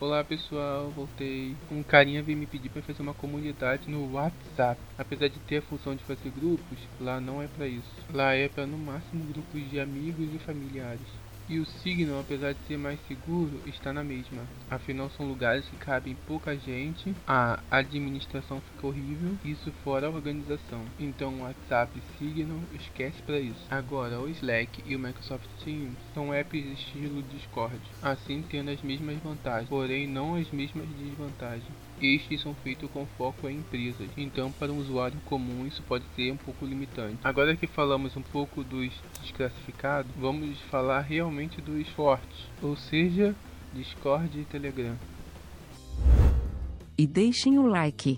Olá pessoal, voltei. Um carinha veio me pedir para fazer uma comunidade no WhatsApp. Apesar de ter a função de fazer grupos, lá não é para isso. Lá é para no máximo grupos de amigos e familiares. E o Signal, apesar de ser mais seguro, está na mesma. Afinal, são lugares que cabem pouca gente, a administração fica horrível, isso fora a organização. Então, o WhatsApp e Signal, esquece para isso. Agora, o Slack e o Microsoft Teams são apps estilo Discord, assim tendo as mesmas vantagens, porém não as mesmas desvantagens. Estes são feitos com foco em empresas, então para um usuário comum isso pode ser um pouco limitante. Agora que falamos um pouco dos desclassificados, vamos falar realmente dos fortes, ou seja, Discord e Telegram. E deixem o like.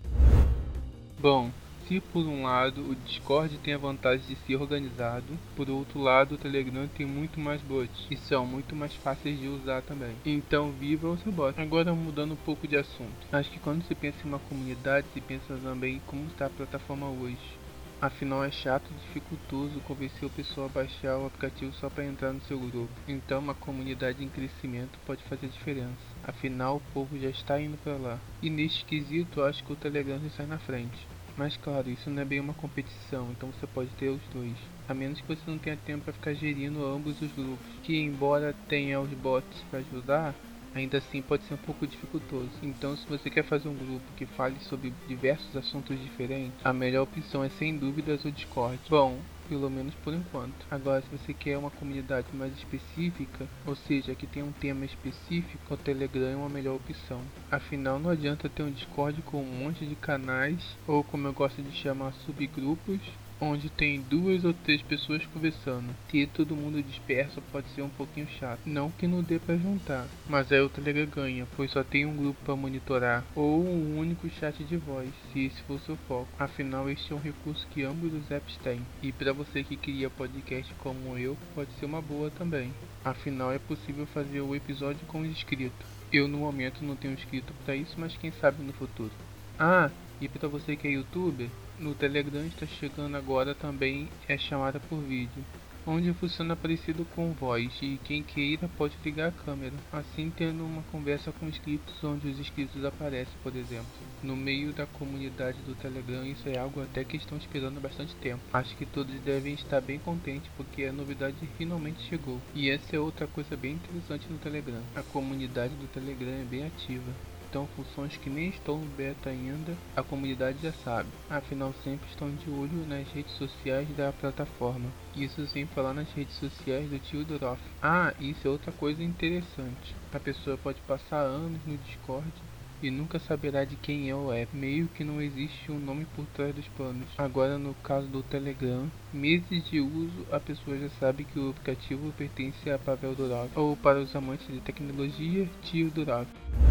Bom, se por um lado o Discord tem a vantagem de ser organizado, por outro lado o Telegram tem muito mais bots e são muito mais fáceis de usar também. Então viva o seu bot. Agora mudando um pouco de assunto. Acho que quando se pensa em uma comunidade, se pensa também em como está a plataforma hoje. Afinal é chato e dificultoso convencer o pessoal a baixar o aplicativo só para entrar no seu grupo. Então uma comunidade em crescimento pode fazer diferença. Afinal o povo já está indo para lá. E neste quesito acho que o Telegram já sai na frente. Mas claro, isso não é bem uma competição, então você pode ter os dois. A menos que você não tenha tempo para ficar gerindo ambos os grupos, que embora tenha os bots para ajudar, ainda assim pode ser um pouco dificultoso. Então se você quer fazer um grupo que fale sobre diversos assuntos diferentes, a melhor opção é sem dúvidas o Discord. Bom, pelo menos por enquanto. Agora, se você quer uma comunidade mais específica, ou seja, que tenha um tema específico, o Telegram é uma melhor opção. Afinal, não adianta ter um Discord com um monte de canais, ou como eu gosto de chamar, subgrupos, onde tem 2 ou 3 pessoas conversando. Ter todo mundo disperso pode ser um pouquinho chato. Não que não dê pra juntar, mas aí o Telegram ganha, pois só tem um grupo para monitorar, ou um único chat de voz, se esse for seu foco. Afinal, este é um recurso que ambos os apps têm. E para você que cria podcast como eu, pode ser uma boa também. Afinal, é possível fazer o episódio com os inscritos. Eu no momento não tenho inscrito para isso, mas quem sabe no futuro. Ah, e para você que é youtuber, no Telegram está chegando agora também é chamada por vídeo, onde funciona parecido com voz e quem queira pode ligar a câmera, assim tendo uma conversa com inscritos onde os inscritos aparecem, por exemplo. No meio da comunidade do Telegram isso é algo até que estão esperando há bastante tempo. Acho que todos devem estar bem contentes porque a novidade finalmente chegou. E essa é outra coisa bem interessante no Telegram. A comunidade do Telegram é bem ativa. Então funções que nem estão no beta ainda, a comunidade já sabe. Afinal sempre estão de olho nas redes sociais da plataforma. Isso sem falar nas redes sociais do tio Dorof. Ah, isso é outra coisa interessante. A pessoa pode passar anos no Discord e nunca saberá de quem é o app, meio que não existe um nome por trás dos panos. Agora no caso do Telegram, meses de uso a pessoa já sabe que o aplicativo pertence a Pavel Durov, ou para os amantes de tecnologia, tio Durov.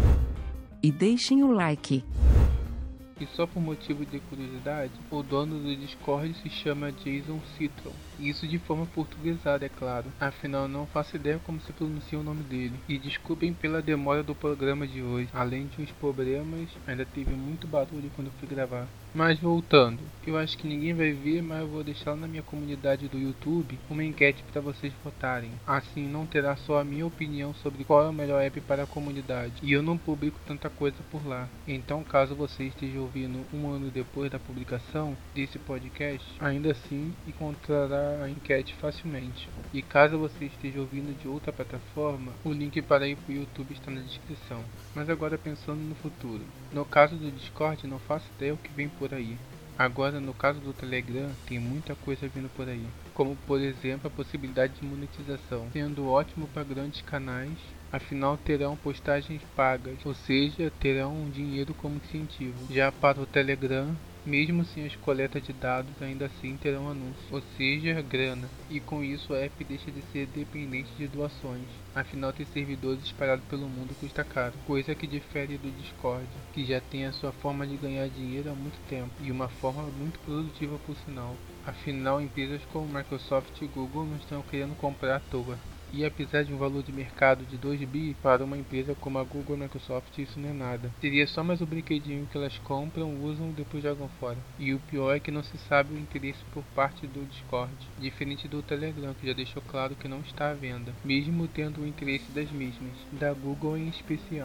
E deixem o like. E só por motivo de curiosidade, o dono do Discord se chama Jason Citron. Isso de forma portuguesada, é claro. Afinal, não faço ideia como se pronuncia o nome dele. E desculpem pela demora do programa de hoje. Além de uns problemas, ainda teve muito barulho quando fui gravar. Mas voltando, eu acho que ninguém vai ver, mas eu vou deixar na minha comunidade do YouTube uma enquete para vocês votarem. Assim não terá só a minha opinião sobre qual é o melhor app para a comunidade. E eu não publico tanta coisa por lá. Então caso você esteja ouvindo um ano depois da publicação desse podcast, ainda assim encontrará a enquete facilmente. E caso você esteja ouvindo de outra plataforma, o link para ir para o YouTube está na descrição. Mas agora pensando no futuro. No caso do Discord, não faço ideia o que vem por aí. Agora, no caso do Telegram, tem muita coisa vindo por aí. Como, por exemplo, a possibilidade de monetização, sendo ótimo para grandes canais. Afinal, terão postagens pagas, ou seja, terão um dinheiro como incentivo. Já para o Telegram, mesmo sem as coletas de dados, ainda assim terão anúncios, ou seja, grana. E com isso a app deixa de ser dependente de doações. Afinal, ter servidores espalhados pelo mundo custa caro, coisa que difere do Discord, que já tem a sua forma de ganhar dinheiro há muito tempo, e uma forma muito produtiva por sinal. Afinal, empresas como Microsoft e Google não estão querendo comprar à toa. E apesar de um valor de mercado de 2 bi, para uma empresa como a Google ou Microsoft isso não é nada. Seria só mais um brinquedinho que elas compram, usam e depois jogam fora. E o pior é que não se sabe o interesse por parte do Discord, diferente do Telegram, que já deixou claro que não está à venda, mesmo tendo o interesse das mesmas, da Google em especial.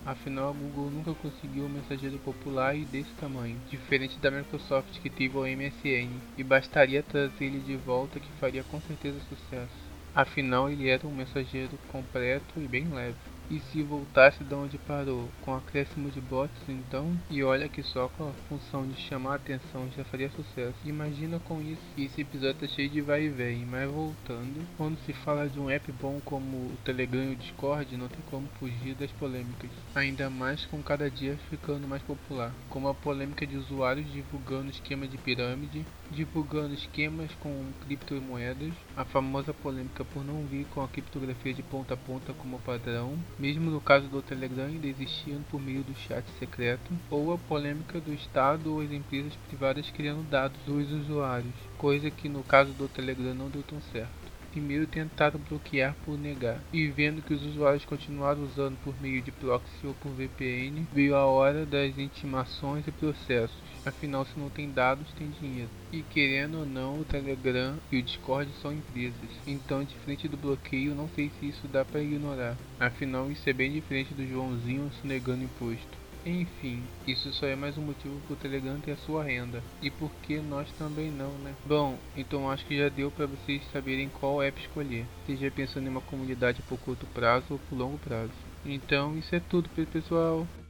Afinal, a Google nunca conseguiu um mensageiro popular e desse tamanho, diferente da Microsoft que teve o MSN, e bastaria trazer ele de volta que faria com certeza sucesso. Afinal, ele era um mensageiro completo e bem leve. E se voltasse de onde parou, com acréscimo de bots então? E olha que só com a função de chamar a atenção já faria sucesso. Imagina com isso. Esse episódio tá cheio de vai e vem, mas voltando, quando se fala de um app bom como o Telegram e o Discord, não tem como fugir das polêmicas. Ainda mais com cada dia ficando mais popular. Como a polêmica de usuários divulgando esquema de pirâmide, divulgando esquemas com criptomoedas, a famosa polêmica por não vir com a criptografia de ponta a ponta como padrão, mesmo no caso do Telegram ainda existindo por meio do chat secreto, ou a polêmica do Estado ou as empresas privadas criando dados dos usuários, coisa que no caso do Telegram não deu tão certo. Primeiro tentaram bloquear por negar, e vendo que os usuários continuaram usando por meio de proxy ou por VPN, veio a hora das intimações e processos. Afinal, se não tem dados, tem dinheiro. E querendo ou não, o Telegram e o Discord são empresas. Então, diferente do bloqueio, não sei se isso dá para ignorar. Afinal, isso é bem diferente do Joãozinho se negando imposto. Enfim, isso só é mais um motivo para o Telegram ter a sua renda. E por que nós também não, né? Bom, então acho que já deu para vocês saberem qual app escolher. Seja pensando em uma comunidade por curto prazo ou por longo prazo. Então isso é tudo, pessoal.